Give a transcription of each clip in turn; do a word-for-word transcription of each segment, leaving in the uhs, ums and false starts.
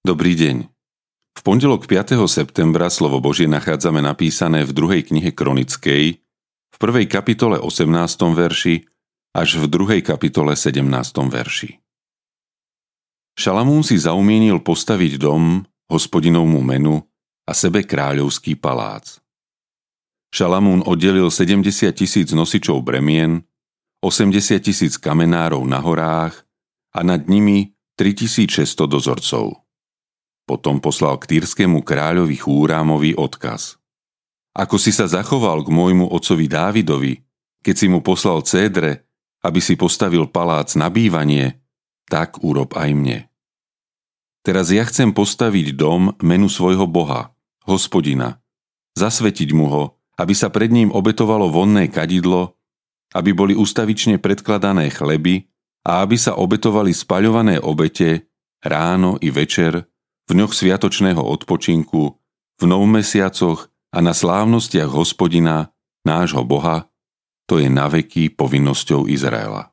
Dobrý deň. V pondelok piateho septembra slovo Božie nachádzame napísané v druhej knihe Kronickej, v prvej kapitole osemnástom verši až v druhej kapitole sedemnástom verši. Šalamún si zaumienil postaviť dom Hospodinovmu menu a sebe kráľovský palác. Šalamún oddelil sedemdesiat tisíc nosičov bremien, osemdesiat tisíc kamenárov na horách a nad nimi tritisícšesťsto dozorcov. Potom poslal k týrskému kráľovi Chúramovi odkaz. Ako si sa zachoval k môjmu otcovi Dávidovi, keď si mu poslal cédre, aby si postavil palác na bývanie, tak urob aj mne. Teraz ja chcem postaviť dom menu svojho Boha, Hospodina, zasvetiť mu ho, aby sa pred ním obetovalo vonné kadidlo, aby boli ustavične predkladané chleby a aby sa obetovali spaľované obete ráno i večer, v dňoch sviatočného odpočinku, v novomesiacoch a na slávnostiach Hospodina, nášho Boha, to je naveky povinnosťou Izraela.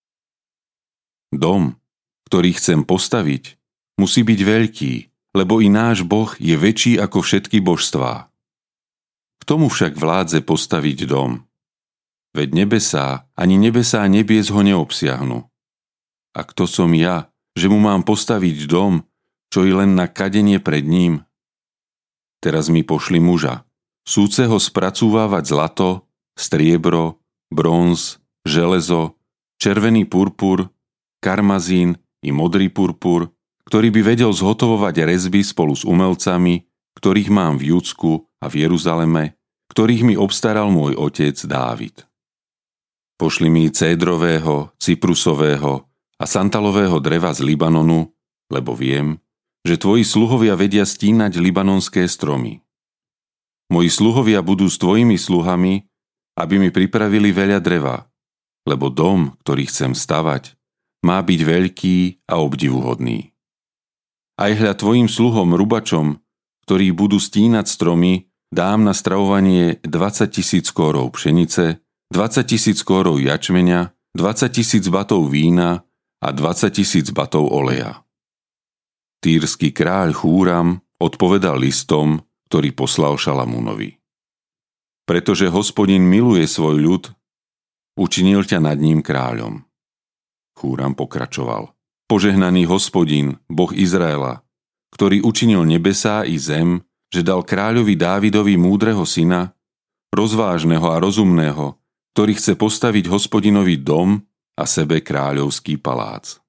Dom, ktorý chcem postaviť, musí byť veľký, lebo i náš Boh je väčší ako všetky božstvá. K tomu však vládze postaviť dom. Veď nebesá, ani nebesá nebies ho neobsiahnu. A kto som ja, že mu mám postaviť dom, čo i len na kadenie pred ním? Teraz mi pošli muža, súceho spracúvávať zlato, striebro, bronz, železo, červený purpur, karmazín i modrý purpur, ktorý by vedel zhotovovať rezby spolu s umelcami, ktorých mám v Judsku a v Jeruzaleme, ktorých mi obstaral môj otec Dávid. Pošli mi cédrového, cyprusového a santalového dreva z Libanonu, lebo viem, že tvoji sluhovia vedia stínať libanonské stromy. Moji sluhovia budú s tvojimi sluhami, aby mi pripravili veľa dreva, lebo dom, ktorý chcem stavať, má byť veľký a obdivuhodný. Aj hľa tvojim sluhom rubačom, ktorí budú stínať stromy, dám na stravovanie dvadsať tisíc kórov pšenice, dvadsať tisíc kórov jačmeňa, dvadsať tisíc batov vína a dvadsať tisíc batov oleja. Týrsky kráľ Chúram odpovedal listom, ktorý poslal Šalamúnovi. Pretože Hospodin miluje svoj ľud, učinil ťa nad ním kráľom. Chúram pokračoval. Požehnaný Hospodin, Boh Izraela, ktorý učinil nebesá i zem, že dal kráľovi Dávidovi múdreho syna, rozvážneho a rozumného, ktorý chce postaviť Hospodinovi dom a sebe kráľovský palác.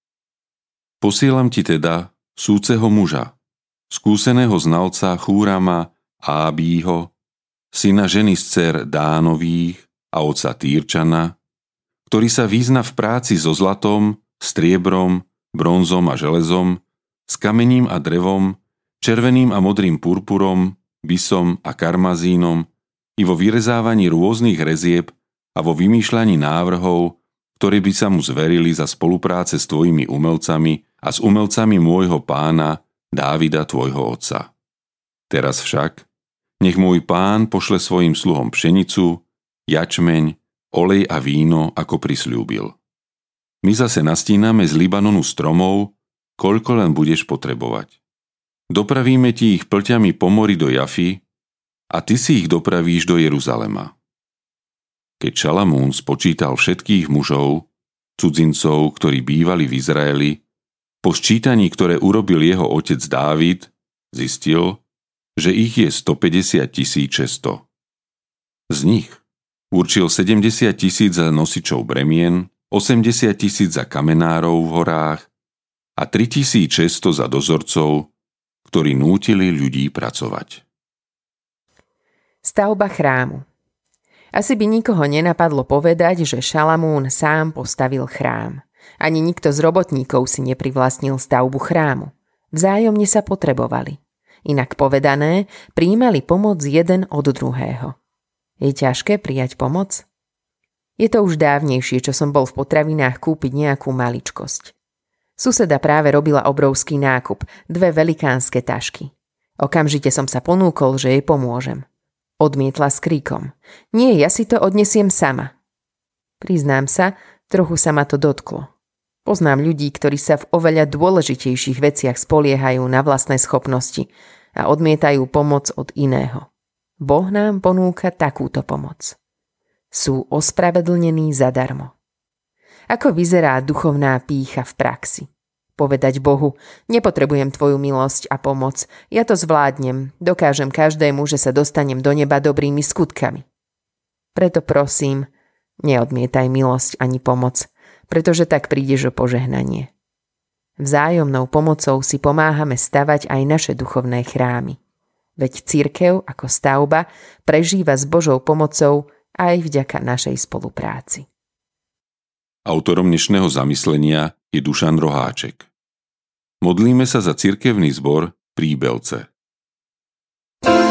Posielam ti teda súceho muža, skúseného znalca Chúrama a Ábího, syna ženy z dcer Dánových a otca Týrčana, ktorý sa vyzna v práci so zlatom, striebrom, bronzom a železom, s kamením a drevom, červeným a modrým purpurom, bisom a karmazínom i vo vyrezávaní rôznych rezieb a vo vymýšľaní návrhov, ktoré by sa mu zverili za spolupráce s tvojimi umelcami a s umelcami môjho pána Dávida tvojho otca. Teraz však nech môj pán pošle svojim sluhom pšenicu, jačmeň, olej a víno, ako prisľúbil. My zase nastíname z Libanonu stromov, koľko len budeš potrebovať. Dopravíme ti ich plťami po mori do Jafy a ty si ich dopravíš do Jeruzalema. Keď Šalamún spočítal všetkých mužov, cudzincov, ktorí bývali v Izraeli, po sčítaní, ktoré urobil jeho otec Dávid, zistil, že ich je stopäťdesiat tisíc šesťsto. Z nich určil sedemdesiat tisíc za nosičov bremien, osemdesiat tisíc za kamenárov v horách a tritisícšesťsto za dozorcov, ktorí nútili ľudí pracovať. Stavba chrámu. Asi by nikoho nenapadlo povedať, že Šalamún sám postavil chrám. Ani nikto z robotníkov si neprivlastnil stavbu chrámu. Vzájomne sa potrebovali. Inak povedané, prijímali pomoc jeden od druhého. Je ťažké prijať pomoc? Je to už dávnejšie, čo som bol v potravinách kúpiť nejakú maličkosť. Suseda práve robila obrovský nákup, dve velikánske tašky. Okamžite som sa ponúkol, že jej pomôžem. Odmietla s kríkom. Nie, ja si to odnesiem sama. Priznám sa, trochu sa ma to dotklo. Poznám ľudí, ktorí sa v oveľa dôležitejších veciach spoliehajú na vlastné schopnosti a odmietajú pomoc od iného. Boh nám ponúka takúto pomoc. Sú ospravedlnení zadarmo. Ako vyzerá duchovná pýcha v praxi? Povedať Bohu, nepotrebujem tvoju milosť a pomoc, ja to zvládnem, dokážem každému, že sa dostanem do neba dobrými skutkami. Preto prosím, neodmietaj milosť ani pomoc, pretože tak prídeš o požehnanie. Vzájomnou pomocou si pomáhame stavať aj naše duchovné chrámy. Veď cirkev ako stavba prežíva s Božou pomocou aj vďaka našej spolupráci. Autorom dnešného zamyslenia je Dušan Roháček. Modlíme sa za cirkevný zbor Príbelce.